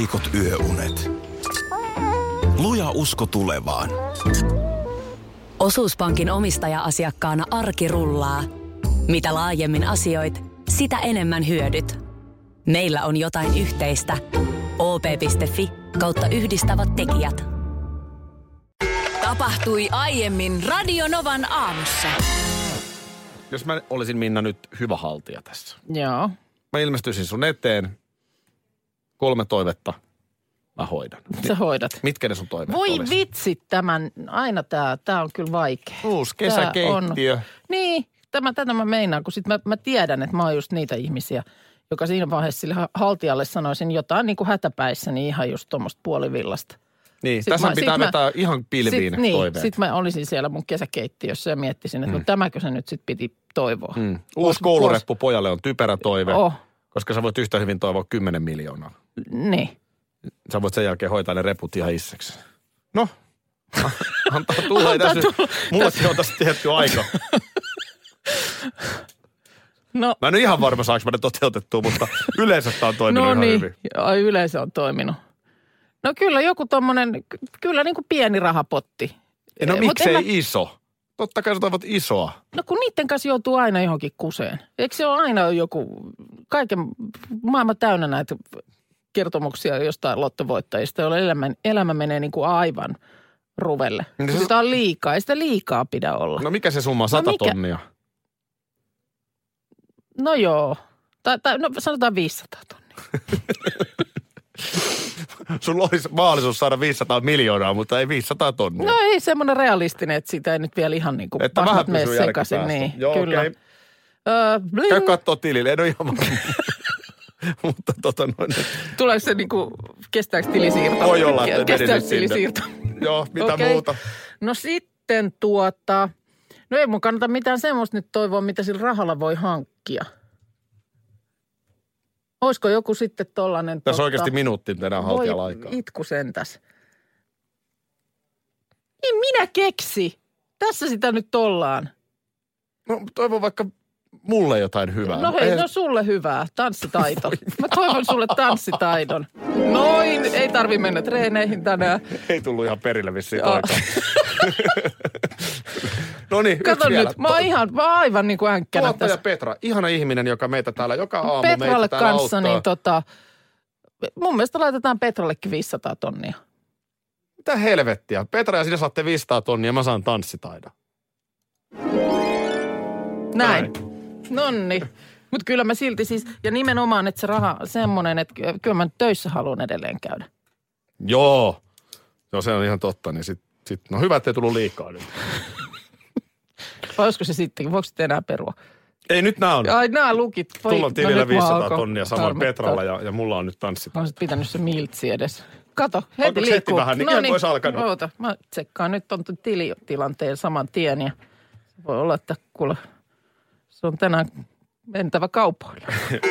heikot yöunet. Luja usko tulevaan. Osuuspankin omistaja-asiakkaana arki rullaa. Mitä laajemmin asioit, sitä enemmän hyödyt. Meillä on jotain yhteistä. op.fi/yhdistävät tekijät. Tapahtui aiemmin Radio Novan aamussa. Jos mä olisin, Minna, nyt hyvä haltija tässä. Joo. Mä ilmestyisin sun eteen. 3 toivetta mä hoidan. Sä hoidat. Mitkä ne sun toiveet Voi olisi? vitsi tämän, aina tää on kyllä vaikea. Uusi kesäkeittiö. Niin, tätä mä meinaan, kun sit mä tiedän, että mä oon just niitä ihmisiä, joka siinä vaiheessa sille haltijalle sanoisin jotain niin kuin hätäpäissä, niin ihan just tuommoista puolivillasta. Niin, tässä pitää vetää ihan pilviin toiveet. Niin, sit mä olisin siellä mun kesäkeittiössä ja miettisin, että no tämäkö se nyt sit piti toivoa. Uusi koulureppu pojalle on typerä toive, Oh. koska sä voit yhtä hyvin toivoa 10 miljoonaa. Niin. Sä voit sen jälkeen hoitaa ne reput ihan itseksi. No, antaa tulla. Mullekin on tässä tietty aika. No. Mä en ole ihan varma, saanko mä ne toteutettua, mutta yleensä tää on toiminut ihan hyvin. Ai, yleensä on toiminut. No kyllä joku tommonen, kyllä niin kuin pieni rahapotti. No miksei iso? Totta kai sä toivot isoa. No kun niiden kanssa joutuu aina johonkin kuseen. Eikö se ole aina joku, kaiken maailman täynnä näitä kertomuksia jostain lottovoittajista, joilla elämä menee niin kuin aivan ruvelle. Niin Sitä on liikaa, ei sitä liikaa pidä olla. No mikä se summa, 100 tonnia? No joo, no sanotaan 500 tonnia. Sulla olisi mahdollisuus saada 500 miljoonaa, mutta ei 500 tonnia. No ei semmoinen realistinen, että sitä ei nyt vielä ihan niin kuin että vähän mene pysyy sekaisin. Niin, joo, kyllä. okei. Käy kattoo tilille, en ole ihan mutta Tuleeko se niinku, kestääkö tilisiirto? Voi olla, että kestääkö tilisiirto? Joo, mitä okay. muuta? No sitten no ei mun kannata mitään semmoista nyt toivoa, mitä sillä rahalla voi hankkia. Olisiko joku sitten tollainen... Tässä oikeasti minuutti tehdään haltijalla aikaa. Voi itku sentäs. Niin minä keksi. Tässä sitä nyt ollaan. No toivon vaikka mulle jotain hyvää. No hei, no sulle hyvää. Tanssitaito. Mä toivon sulle tanssitaidon. Noin, ei tarvi mennä treeneihin tänään. Ei tullut ihan perille vissiin toikaan. No niin, kato nyt, mä oon aivan niin kuin änkkänä tässä. Tuottaja Petra, ihana ihminen, joka meitä täällä joka aamu Petralle meitä täällä kanssa, auttaa. niin mun mielestä laitetaan Petrallekin 500 tonnia. Mitä helvettiä? Petra ja sinä saatte 500 tonnia, mä saan tanssitaidon. Näin. Nonni. Mutta kyllä mä silti siis, ja nimenomaan, että se raha semmoinen, että kyllä mä töissä haluan edelleen käydä. Joo, se on ihan totta, niin sit no hyvä, ettei tullut liikaa nyt. Vai olisiko se sittenkin? Voiko sitten enää perua? Ei, nyt nää on. Ai nää lukit. Tulla on tilillä 500 tonnia samoin Petralla ja mulla on nyt tanssitaidon. Olisit pitänyt se miltsi edes. Kato, heti onko liikkuu. heti vähän, niin olisi alkanut. Oota, mä tsekkaan nyt on tilitilanteen saman tien ja voi olla, että kuule, se on tänään mentävä kaupoille.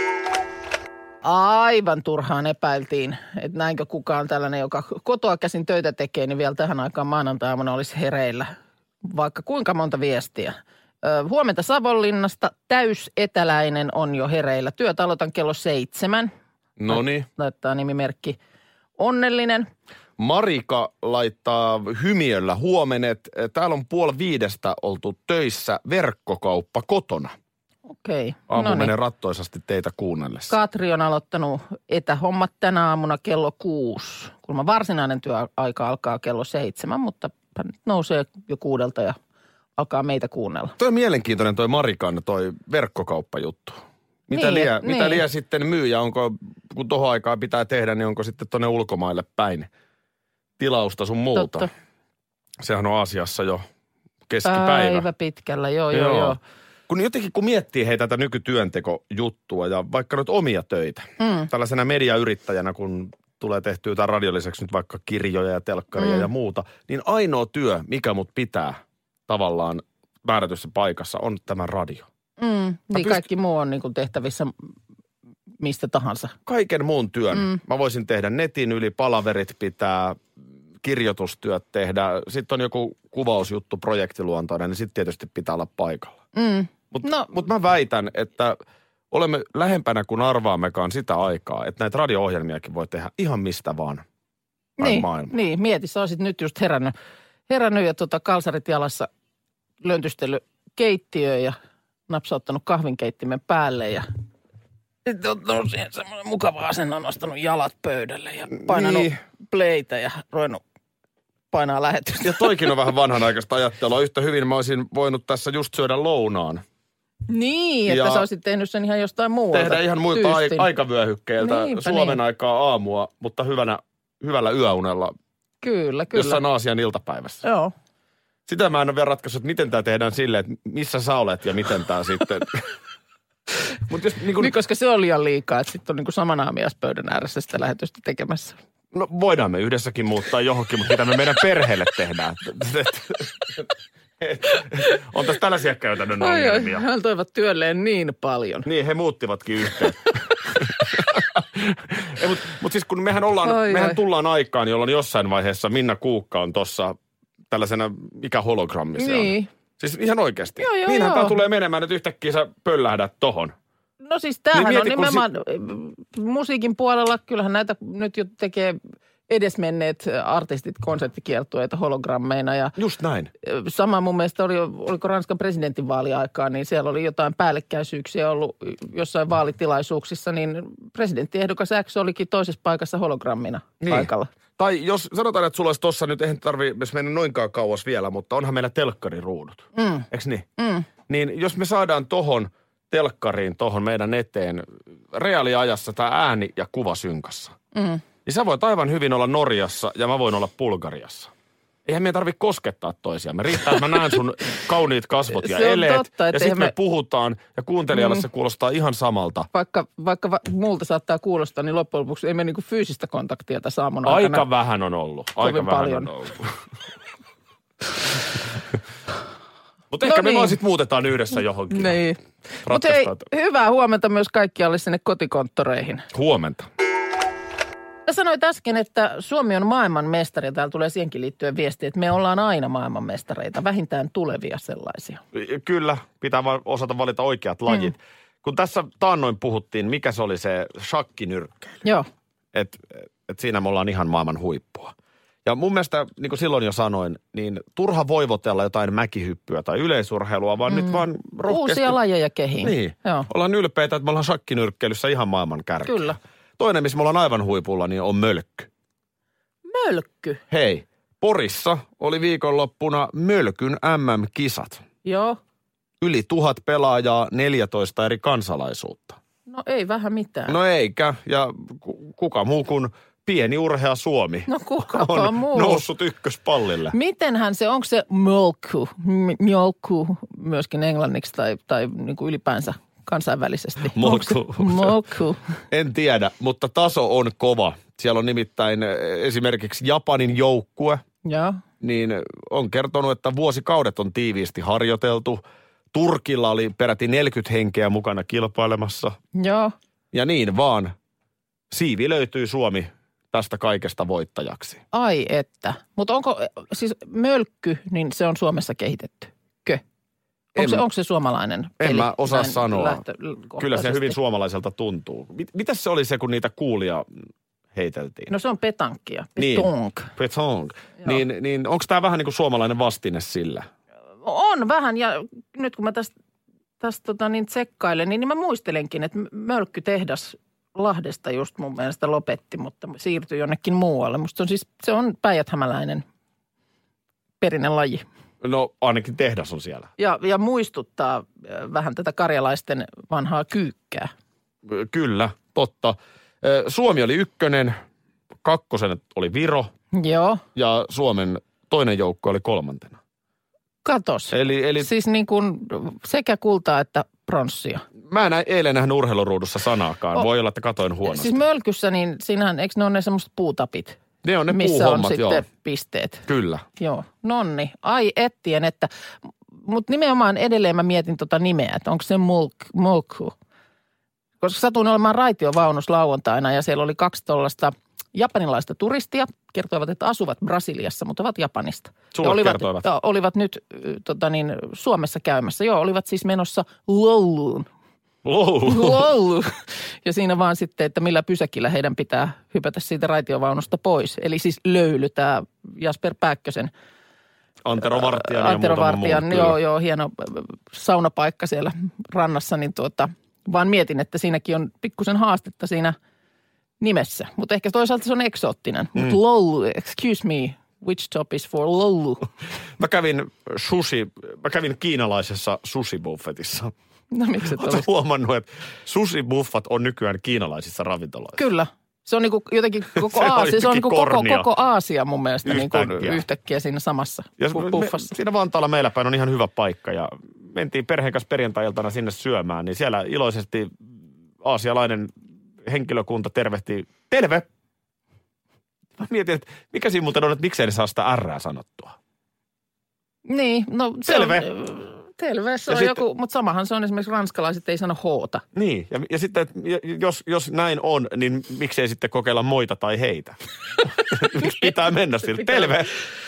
Aivan turhaan epäiltiin, että näinkö kukaan tällainen, joka kotoa käsin töitä tekee, niin vielä tähän aikaan maanantaina olisi hereillä. Vaikka kuinka monta viestiä. Huomenta Savonlinnasta. Täysetäläinen on jo hereillä. Työt aloitan kello 7. Noniin. Laittaa nimimerkki onnellinen. Marika laittaa hymiöllä huomenet. Täällä on 4:30 oltu töissä verkkokauppa kotona. Okei. Aamu menee rattoisasti teitä kuunnellessa. Katri on aloittanut etähommat tänä aamuna kello 6. Kulma varsinainen työaika alkaa kello 7, mutta hän nousee jo 6 ja alkaa meitä kuunnella. Toi on mielenkiintoinen toi Marikan toi verkkokauppajuttu. Mitä liian sitten myy ja onko, kun tohon aikaa pitää tehdä, niin onko sitten tonne ulkomaille päin tilausta sun muuta? Totta. Sehän on Aasiassa jo keskipäivä. Päivä pitkällä, joo. Kun miettii tätä nykytyöntekojuttua ja vaikka nyt omia töitä, tällaisena mediayrittäjänä, kun tulee tehtyä tämän radiolliseksi nyt vaikka kirjoja ja telkkaria ja muuta, niin ainoa työ, mikä mut pitää tavallaan määrätyssä paikassa, on tämä radio. Niin kaikki muu on niin kuin tehtävissä mistä tahansa. Kaiken muun työn. Mä voisin tehdä netin yli, palaverit pitää, kirjoitustyöt tehdä. Sitten on joku kuvausjuttu, projektiluontoinen, niin sitten tietysti pitää olla paikalla. Mutta mä väitän, että olemme lähempänä kuin arvaammekaan sitä aikaa, että näitä radio-ohjelmiakin voi tehdä ihan mistä vaan. Niin, mieti, sä olisit nyt just herännyt ja kalsarit jalassa löntystellyt keittiöön ja napsauttanut kahvinkeittimen päälle ja sitten ottanut siihen semmoinen mukava asennon, nostanut jalat pöydälle ja painanut playtä ja ruvennut painaa lähetystä. Ja toikin on vähän vanhanaikaista ajattelua. Yhtä hyvin mä olisin voinut tässä just syödä lounaan. Niin, että sä olisit tehnyt sen ihan jostain muualta. Tehdä ihan muilta aikavyöhykkeiltä Suomen aikaa aamua, mutta hyvällä yöunella. Kyllä. Jossain Aasian iltapäivässä. Joo. Sitä mä en ole vielä ratkaissut, että miten tämä tehdään silleen, että missä sä olet ja miten tämä sitten. Niin, koska se on liian liikaa, että sitten on niin samanaamiaispöydän ääressä sitä lähetystä tekemässä. No voidaan me yhdessäkin muuttaa johonkin, mutta mitä me meidän perheelle tehdään. On tässä tällaisia käytännön ongelmia. Hän toivat työlleen niin paljon. Niin, he muuttivatkin yhteen. Mutta siis kun mehän tullaan aikaan, jolloin jossain vaiheessa Minna Kuukka on tuossa tällaisena, mikä hologrammi se on. Siis ihan oikeasti. Niinhän tämä tulee menemään, että yhtäkkiä sä pöllähdät tohon. No siis tämähän on nimenomaan musiikin puolella. Kyllähän näitä nyt jo tekee edesmenneet artistit konserttikiertueita hologrammeina. Ja just näin. Sama mun mielestä oliko Ranskan presidentinvaaliaikaa, niin siellä oli jotain päällekkäisyyksiä ollut jossain vaalitilaisuuksissa, niin presidenttiehdokas X olikin toisessa paikassa hologrammina paikalla. Tai jos sanotaan, että sulla olisi tossa nyt, eihän tarvitse mennä noinkaan kauas vielä, mutta onhan meillä telkkariruudut. Eiks niin? Niin jos me saadaan telkkariin meidän eteen reaaliajassa tämä ääni ja kuva synkassa, niin sä voit aivan hyvin olla Norjassa ja mä voin olla Bulgariassa. Eihän meidän tarvitse koskettaa toisiamme. Riittää, että mä näen sun kauniit kasvot ja eleet. Totta, ja sitten me puhutaan ja kuuntelijalle se kuulostaa ihan samalta. Vaikka multa saattaa kuulostaa, niin loppujen lopuksi ei me niinku fyysistä kontaktia tässä aamun aikana. Aika vähän on ollut. Mutta ehkä me vaan sitten muutetaan yhdessä johonkin. Niin. Mutta hei, hyvää huomenta myös kaikkialle sinne kotikonttoreihin. Huomenta. Sä sanoit äsken, että Suomi on maailmanmestari ja täällä tulee siihenkin liittyen viesti, että me ollaan aina maailmanmestareita, vähintään tulevia sellaisia. Kyllä, pitää vaan osata valita oikeat lajit. Kun tässä taannoin puhuttiin, mikä se oli se shakkinyrkkeily. Joo. Et siinä me ollaan ihan maailman huippua. Ja mun mielestä, niin kuin silloin jo sanoin, niin turha voivotella jotain mäkihyppyä tai yleisurheilua, vaan nyt vaan rohkeasti. Uusia lajeja kehiin. Niin, joo. Ollaan ylpeitä, että me ollaan shakkinyrkkeilyssä ihan maailman kärkeä. Kyllä. Toinen, missä me ollaan aivan huipulla, niin on mölkky. Mölkky? Hei, Porissa oli viikonloppuna mölkyn MM-kisat. Joo. Yli 1000 pelaajaa, 14 eri kansalaisuutta. No ei vähän mitään. No eikä, ja kuka muu kuin pieni urhea Suomi on muu noussut ykköspallille. Mitenhän se, onko se mjölkky myöskin englanniksi tai niin kuin ylipäänsä kansainvälisesti? Molku. En tiedä, mutta taso on kova. Siellä on nimittäin esimerkiksi Japanin joukkue, niin on kertonut, että vuosikaudet on tiiviisti harjoiteltu. Turkilla oli peräti 40 henkeä mukana kilpailemassa. Joo. Ja niin vaan, siivi löytyy Suomi tästä kaikesta voittajaksi. Ai että. Mutta onko, siis mölkky, niin se on Suomessa kehitetty? Onko se suomalainen peli? En mä osaa sanoa. Kyllä se hyvin suomalaiselta tuntuu. Mitäs se oli se, kun niitä kuulia heiteltiin? No se on petankkia. Petank. Niin onko tämä vähän niin kuin suomalainen vastine sillä? On vähän, ja nyt kun mä tästä tsekkailen, niin mä muistelenkin, että mölkkytehdas Lahdesta just mun mielestä lopetti, mutta siirtyi jonnekin muualle. Musta se on päijät-hämäläinen perinnelaji. No ainakin tehdas on siellä. Ja muistuttaa vähän tätä karjalaisten vanhaa kyykkää. Kyllä, totta. Suomi oli ykkönen, kakkosen oli Viro. Joo. Ja Suomen toinen joukko oli kolmantena. Katos. Eli siis niin kuin sekä kultaa että pronssia. Mä en eilen nähnyt urheiluruudussa sanaakaan. Voi olla, että katoin huonosti. Siis mölkyssä, niin siinähän, eikö ne ole ne semmoiset puutapit? Ne on ne missä puuhommat, on sitten pisteet. Kyllä. Joo, nonni. Ai ettien, että, mutta nimenomaan edelleen mä mietin nimeä, että onko se molku. Koska satuin olemaan raitiovaunussa lauantaina ja siellä oli 2 tollaista japanilaista turistia. Kertoivat, että asuvat Brasiliassa, mutta ovat Japanista. Sulle kertoivat? Olivat nyt Suomessa käymässä. Joo, olivat siis menossa Louluun. Lollu. Ja siinä vaan sitten, että millä pysäkillä heidän pitää hypätä siitä raitiovaunusta pois. Eli siis löyly, tämä Jasper Pääkkösen. Antero Vartijan, joo, hieno saunapaikka siellä rannassa, niin vaan mietin, että siinäkin on pikkusen haastetta siinä nimessä. Mutta ehkä toisaalta se on eksoottinen. Mutta lollu, excuse me, which top is for lollu? Mä kävin kiinalaisessa sushi-buffetissa. No miksi et olisi? Huomannut, että sushi-buffat on nykyään kiinalaisissa ravintoloissa. Kyllä. Se on niinku jotenkin koko Aasia. Se on niinku koko Aasia mun mielestä yhtäkkiä siinä samassa buffassa. Siinä Vantaalla meillä päin on ihan hyvä paikka ja mentiin perheen kanssa perjantai-iltana sinne syömään, niin siellä iloisesti aasialainen henkilökunta tervehti. Terve! Mä mietin, että mikä siinä muuten on, että miksei ne saa sitä R:ää sanottua. Niin, no se Terve! Terve, se on joku, mutta samahan se on esimerkiksi ranskalaiset ei sano hoota. Niin, ja sitten, että jos näin on, niin miksei sitten kokeilla moita tai heitä? Miksi pitää mennä sille? Terve!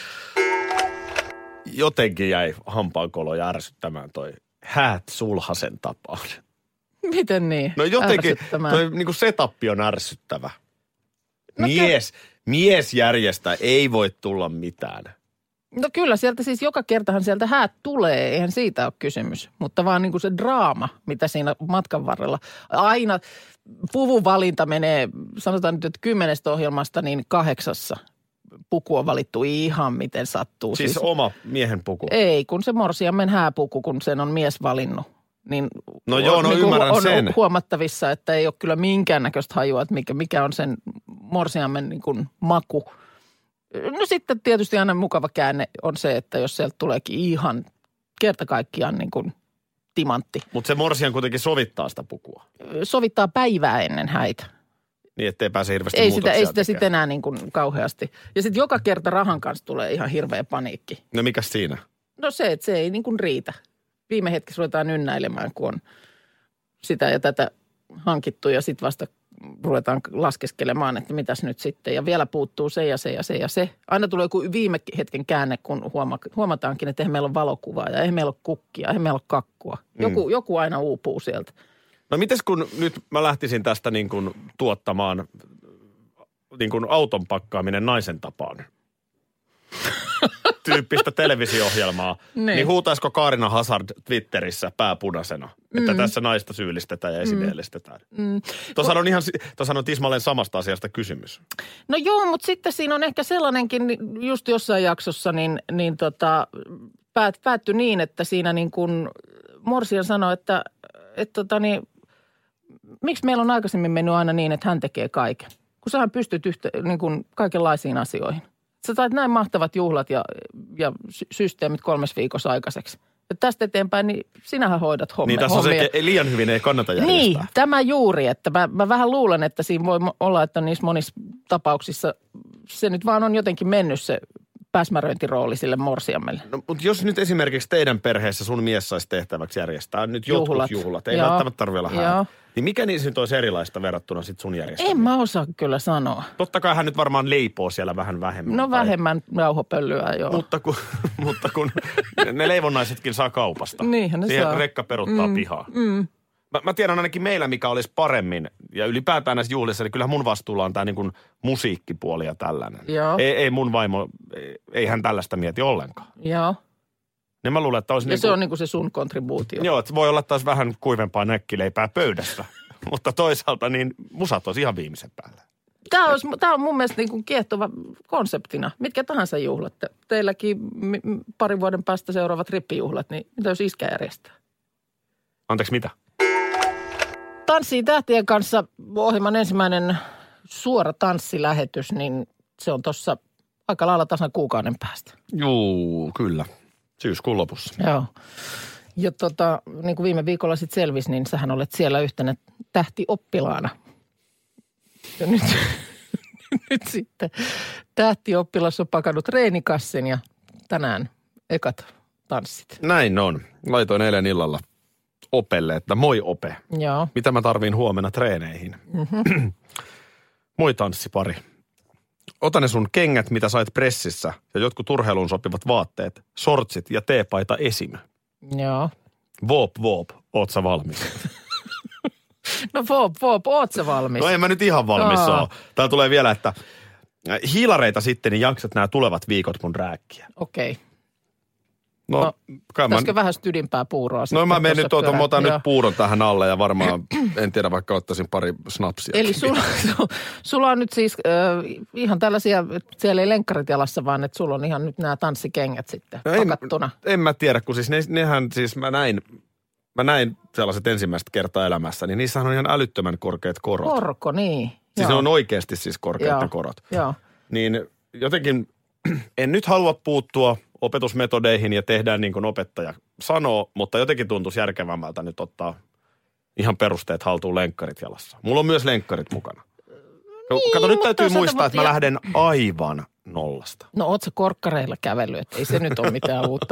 Jotenkin jäi hampaankoloja ärsyttämään toi häät sulhasen tapaan. Miten niin? No jotenkin, toi niinku setappi on ärsyttävä. No, mies järjestä ei voi tulla mitään. No kyllä, sieltä siis joka kertahan sieltä häät tulee, eihän siitä ole kysymys. Mutta vaan niin kuin se draama, mitä siinä matkan varrella. Aina puvun valinta menee, sanotaan nyt, että 10 ohjelmasta, niin 8 puku on valittu ihan miten sattuu. Siis oma miehen puku? Ei, kun se morsiammen hääpuku, kun sen on mies valinnut. Niin ymmärrän sen. On huomattavissa, että ei ole kyllä minkäännäköistä hajua, että mikä on sen morsiammen niin kuin maku. No sitten tietysti aina mukava käänne on se, että jos sieltä tuleekin ihan kerta kaikkiaan niin kuin timantti. Mutta se morsian kuitenkin sovittaa sitä pukua. Sovittaa päivää ennen häitä. Niin, ettei pääse hirveästi muutoksia Ei sitä sitten enää niin kuin kauheasti. Ja sitten joka kerta rahan kanssa tulee ihan hirveä paniikki. No mikäs siinä? No se, että se ei niin kuin riitä. Viime hetkessä ruvetaan ynnäilemään, kun on sitä ja tätä hankittu ja sitten vasta ruvetaan laskeskelemaan, että mitäs nyt sitten. Ja vielä puuttuu se ja se ja se ja se. Aina tulee joku viime hetken käänne, kun huomataankin, että eihän meillä ole valokuvaa ja eihän meillä ole kukkia, eihän meillä ole kakkua. Joku aina uupuu sieltä. No mites kun nyt mä lähtisin tästä niin kuin tuottamaan niin kuin auton pakkaaminen naisen tapaan? Tyyppistä televisio-ohjelmaa, niin huutaisiko Kaarina Hazard Twitterissä pääpunaisena, että tässä naista syyllistetään ja esineellistetään? Tuossa on tismalleen samasta asiasta kysymys. No joo, mutta sitten siinä on ehkä sellainenkin, just jossain jaksossa, päättyi niin, että siinä niin kuin morsian sanoi, että miksi meillä on aikaisemmin mennyt aina niin, että hän tekee kaiken, kun sähän pystyt niin kuin kaikenlaisiin asioihin. Sä sait näin mahtavat juhlat ja systeemit 3 viikossa aikaiseksi. Ja tästä eteenpäin, niin sinähän hoidat hommia. Niin, tässä on se, liian hyvin ei kannata järjestää. Niin, tämä juuri, että mä vähän luulen, että siinä voi olla, että niissä monissa tapauksissa se nyt vaan on jotenkin mennyt se päsmäröintirooli sille morsiammelle. No, mutta jos nyt esimerkiksi teidän perheessä sun mies saisi tehtäväksi järjestää nyt jotkut juhlat, ei välttämättä tarvitse olla häät. Niin mikä niissä nyt olisi erilaista verrattuna sitten sun järjestelmiin? En mä osaa kyllä sanoa. Totta kai hän nyt varmaan leipoo siellä vähän vähemmän. No vähemmän rauhopölyä, joo. Mutta kun ne leivonnaisetkin saa kaupasta. Niinhän ne siihen saa. Rekka peruttaa pihaa. Mä tiedän ainakin meillä, mikä olisi paremmin, ja ylipäätään näissä juhlissa, niin kyllähän mun vastuulla on tämä niin kuin musiikkipuoli ja tällainen. Joo. Ei mun vaimo, ei hän tällaista mieti ollenkaan. Joo. Niin mä luulen, että olisi ja se on niin kuin se sun kontribuutio. Joo, että voi olla taas vähän kuivempaa näkkileipää pöydässä, mutta toisaalta niin musat olisi ihan viimeisen päällä. Tämä on mun mielestä niin kuin kiehtova konseptina. Mitkä tahansa juhlat. Teilläkin parin vuoden päästä seuraavat rippijuhlat, niin mitä jos iskä järjestää? Anteeksi, mitä? Tanssii tähtien kanssa ohjelman ensimmäinen suora tanssilähetys, niin se on tuossa aika lailla tasan kuukauden päästä. Juu, kyllä. Syyskuun lopussa. Joo. Ja niin kuin viime viikolla sitten selvisi, niin sähän olet siellä yhtenä tähtioppilaana. Ja nyt sitten tähtioppilas on pakannut treenikassin ja tänään ekat tanssit. Näin on. Laitoin eilen illalla Opelle, että moi Ope. Joo. Mitä mä tarviin huomenna treeneihin? Moi tanssipari. Ota ne sun kengät, mitä sait pressissä ja jotkut urheiluun sopivat vaatteet, shortsit ja teepaita esim. Joo. Voop, oot sä valmis? No oot sä valmis? No en mä nyt ihan valmis ole. Täällä tulee vielä, että hiilareita sitten, niin jaksat nämä tulevat viikot mun rääkkiä. Okei. No pitäisikö vähän stydimpää puuroa? No mä menen nyt, otan nyt puuron tähän alle ja varmaan, en tiedä, vaikka ottaisin pari snapsia. Eli sulla on nyt siis ihan tällaisia, siellä ei lenkkarit jalassa, vaan että sulla on ihan nyt nämä tanssikengät sitten pakattuna. En mä tiedä, kun siis nehän siis mä näin sellaiset ensimmäistä kertaa elämässä, niin niissähän on ihan älyttömän korkeat korot. Korko, niin. Siis ne on oikeasti siis korkeat ne korot. Joo. Niin jotenkin en nyt halua puuttua opetusmetodeihin ja tehdään niin kuin opettaja sanoo, mutta jotenkin tuntuisi järkevämmältä nyt ottaa ihan perusteet haltuun lenkkarit jalassa. Mulla on myös lenkkarit mukana. Niin, kato, nyt täytyy muistaa, että mä lähden aivan nollasta. No oot sä korkkareilla kävellyt, että ei se nyt ole mitään uutta,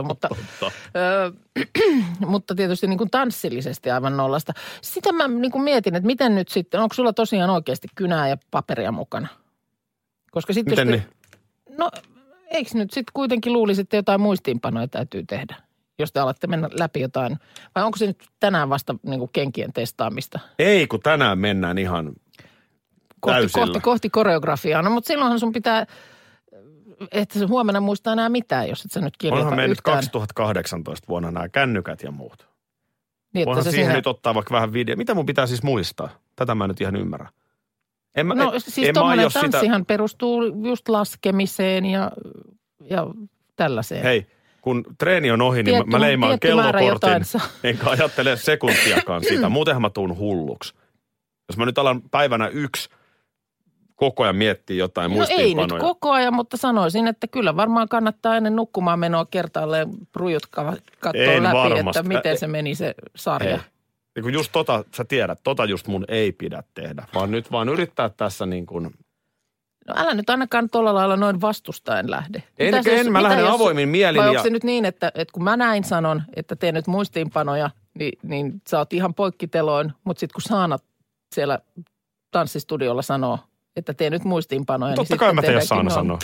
mutta tietysti niin kuin tanssillisesti aivan nollasta. Sitä mä niin kuin mietin, että miten nyt sitten, onko sulla tosiaan oikeasti kynää ja paperia mukana? Koska sitten miten niin? No eikö nyt sitten kuitenkin luulisi, että jotain muistiinpanoja täytyy tehdä, jos te alatte mennä läpi jotain, vai onko se nyt tänään vasta niin kuin kenkien testaamista? Ei, kun tänään mennään ihan kohti koreografiaa. No mutta silloinhan sun pitää, että se huomenna muistaa enää mitään, jos et sä nyt kirjoita onhan me nyt yhtään. 2018 vuonna nämä kännykät ja muut. Niin, voinhan siihen nyt ottaa vaikka vähän video. Mitä mun pitää siis muistaa? Tätä mä nyt ihan ymmärrä. Siis tuommoinen tanssihan perustuu just laskemiseen ja tällaiseen. Hei, kun treeni on ohi, niin mä leimaan kellokortin, enkä ajattele sekuntiakaan siitä. Muutenhan mä tuun hulluksi. Jos mä nyt alan päivänä 1 koko ajan miettiä jotain muistiinpanoja. No ei nyt koko ajan, mutta sanoisin, että kyllä varmaan kannattaa ennen nukkumaan menoa kertaalleen brujut katsoa läpi, varmasti. Että miten se meni se sarja. Niin kun just sä tiedät, just mun ei pidä tehdä, vaan nyt vaan yrittää tässä niin kuin. No älä nyt ainakaan tuolla lailla noin vastustaen lähde. Mä lähden avoimin mielin. Vai onko se nyt niin, että kun mä näin sanon, että teen nyt muistiinpanoja, niin sä oot ihan poikkiteloin, mutta sitten kun Saana siellä tanssistudiolla sanoo, että teen nyt muistiinpanoja. Totta niin kai mä teidän Saana sanoo.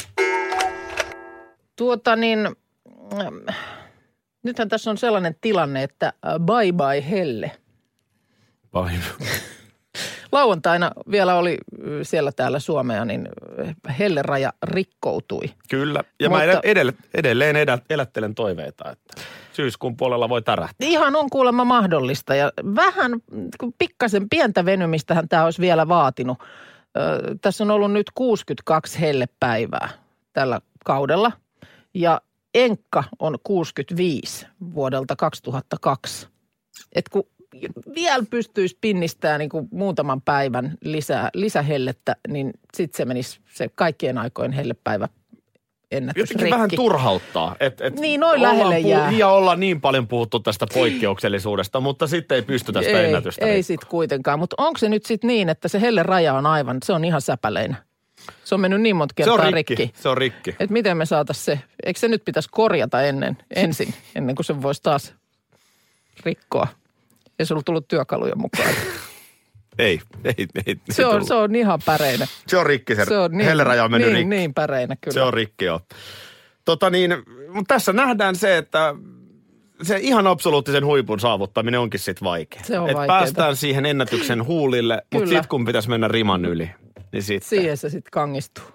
Nythän tässä on sellainen tilanne, että bye bye helle. Bye. Lauantaina vielä oli siellä täällä Suomea, niin helleraja rikkoutui. Kyllä, ja mutta mä edelleen elättelen toiveita, että syyskuun puolella voi tärähtää. Ihan on kuulemma mahdollista ja vähän pikkasen pientä venymistähän tämä olisi vielä vaatinut. Tässä on ollut nyt 62 hellepäivää tällä kaudella ja Enkka on 65 vuodelta 2002. Et kun vielä pystyisi pinnistämään niin kuin muutaman päivän lisähellettä, niin sitten se menisi se kaikkien aikojen hellepäivä ennätysrikki. Jotenkin vähän turhauttaa. Niin, noin lähelle jää. Ja ollaan niin paljon puhuttu tästä poikkeuksellisuudesta, mutta sitten ei pystytä sitä ennätystä. Ei sitten kuitenkaan, mutta onko se nyt sitten niin, että se helleraja on aivan, se on ihan säpäleinä. Se on mennyt niin monta kertaa rikki. Se on rikki. Että miten me saataisiin se, eikö se nyt pitäisi korjata ensin, ennen kuin se voisi taas rikkoa. Ei sulla tullut työkaluja mukaan. Ei. Se on ihan päreinä. Se on rikki, se on helleraja on mennyt rikki. Niin päreinä kyllä. Se on rikki, joo. Mutta tässä nähdään se, että se ihan absoluuttisen huipun saavuttaminen onkin sitten vaikea. Se on vaikeaa. Päästään siihen ennätyksen huulille, mutta sitten kun pitäisi mennä riman yli, niin sitten. Siihen se sitten kangistuu.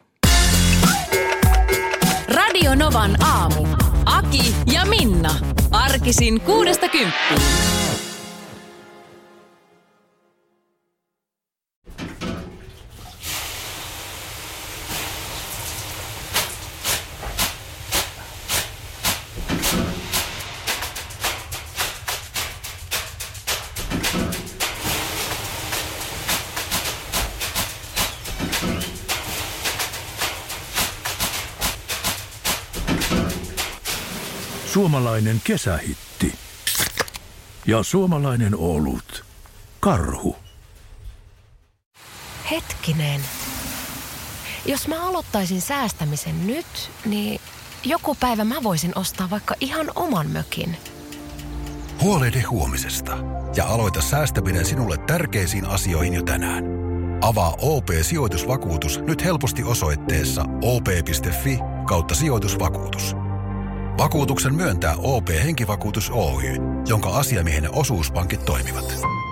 Radio Novan aamu. Aki ja Minna. Arkisin 6–10. Suomalainen kesähitti ja suomalainen olut. Karhu. Hetkinen. Jos mä aloittaisin säästämisen nyt, niin joku päivä mä voisin ostaa vaikka ihan oman mökin. Huolehdi huomisesta ja aloita säästäminen sinulle tärkeisiin asioihin jo tänään. Avaa OP-sijoitusvakuutus nyt helposti osoitteessa op.fi/sijoitusvakuutus. Vakuutuksen myöntää OP-henkivakuutus Oy, jonka asiamiehen osuuspankit toimivat.